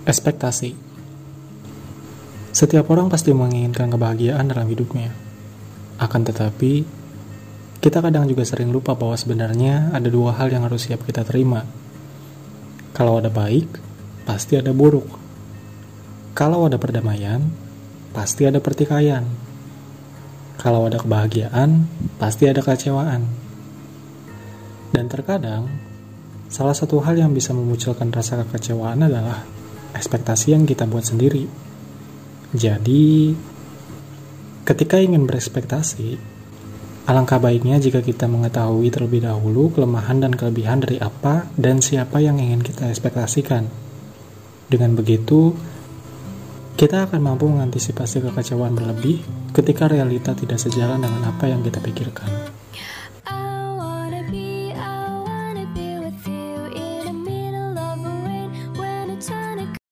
Ekspektasi. Setiap orang pasti menginginkan kebahagiaan dalam hidupnya. Akan tetapi, kita kadang juga sering lupa bahwa sebenarnya ada dua hal yang harus siap kita terima. Kalau ada baik, pasti ada buruk. Kalau ada perdamaian, pasti ada pertikaian. Kalau ada kebahagiaan, pasti ada kekecewaan. Dan terkadang, salah satu hal yang bisa memunculkan rasa kekecewaan adalah ekspektasi yang kita buat sendiri. Jadi, ketika ingin berekspektasi, alangkah baiknya jika kita mengetahui terlebih dahulu kelemahan dan kelebihan dari apa dan siapa yang ingin kita ekspektasikan. Dengan begitu, kita akan mampu mengantisipasi kekecewaan berlebih ketika realita tidak sejalan dengan apa yang kita pikirkan.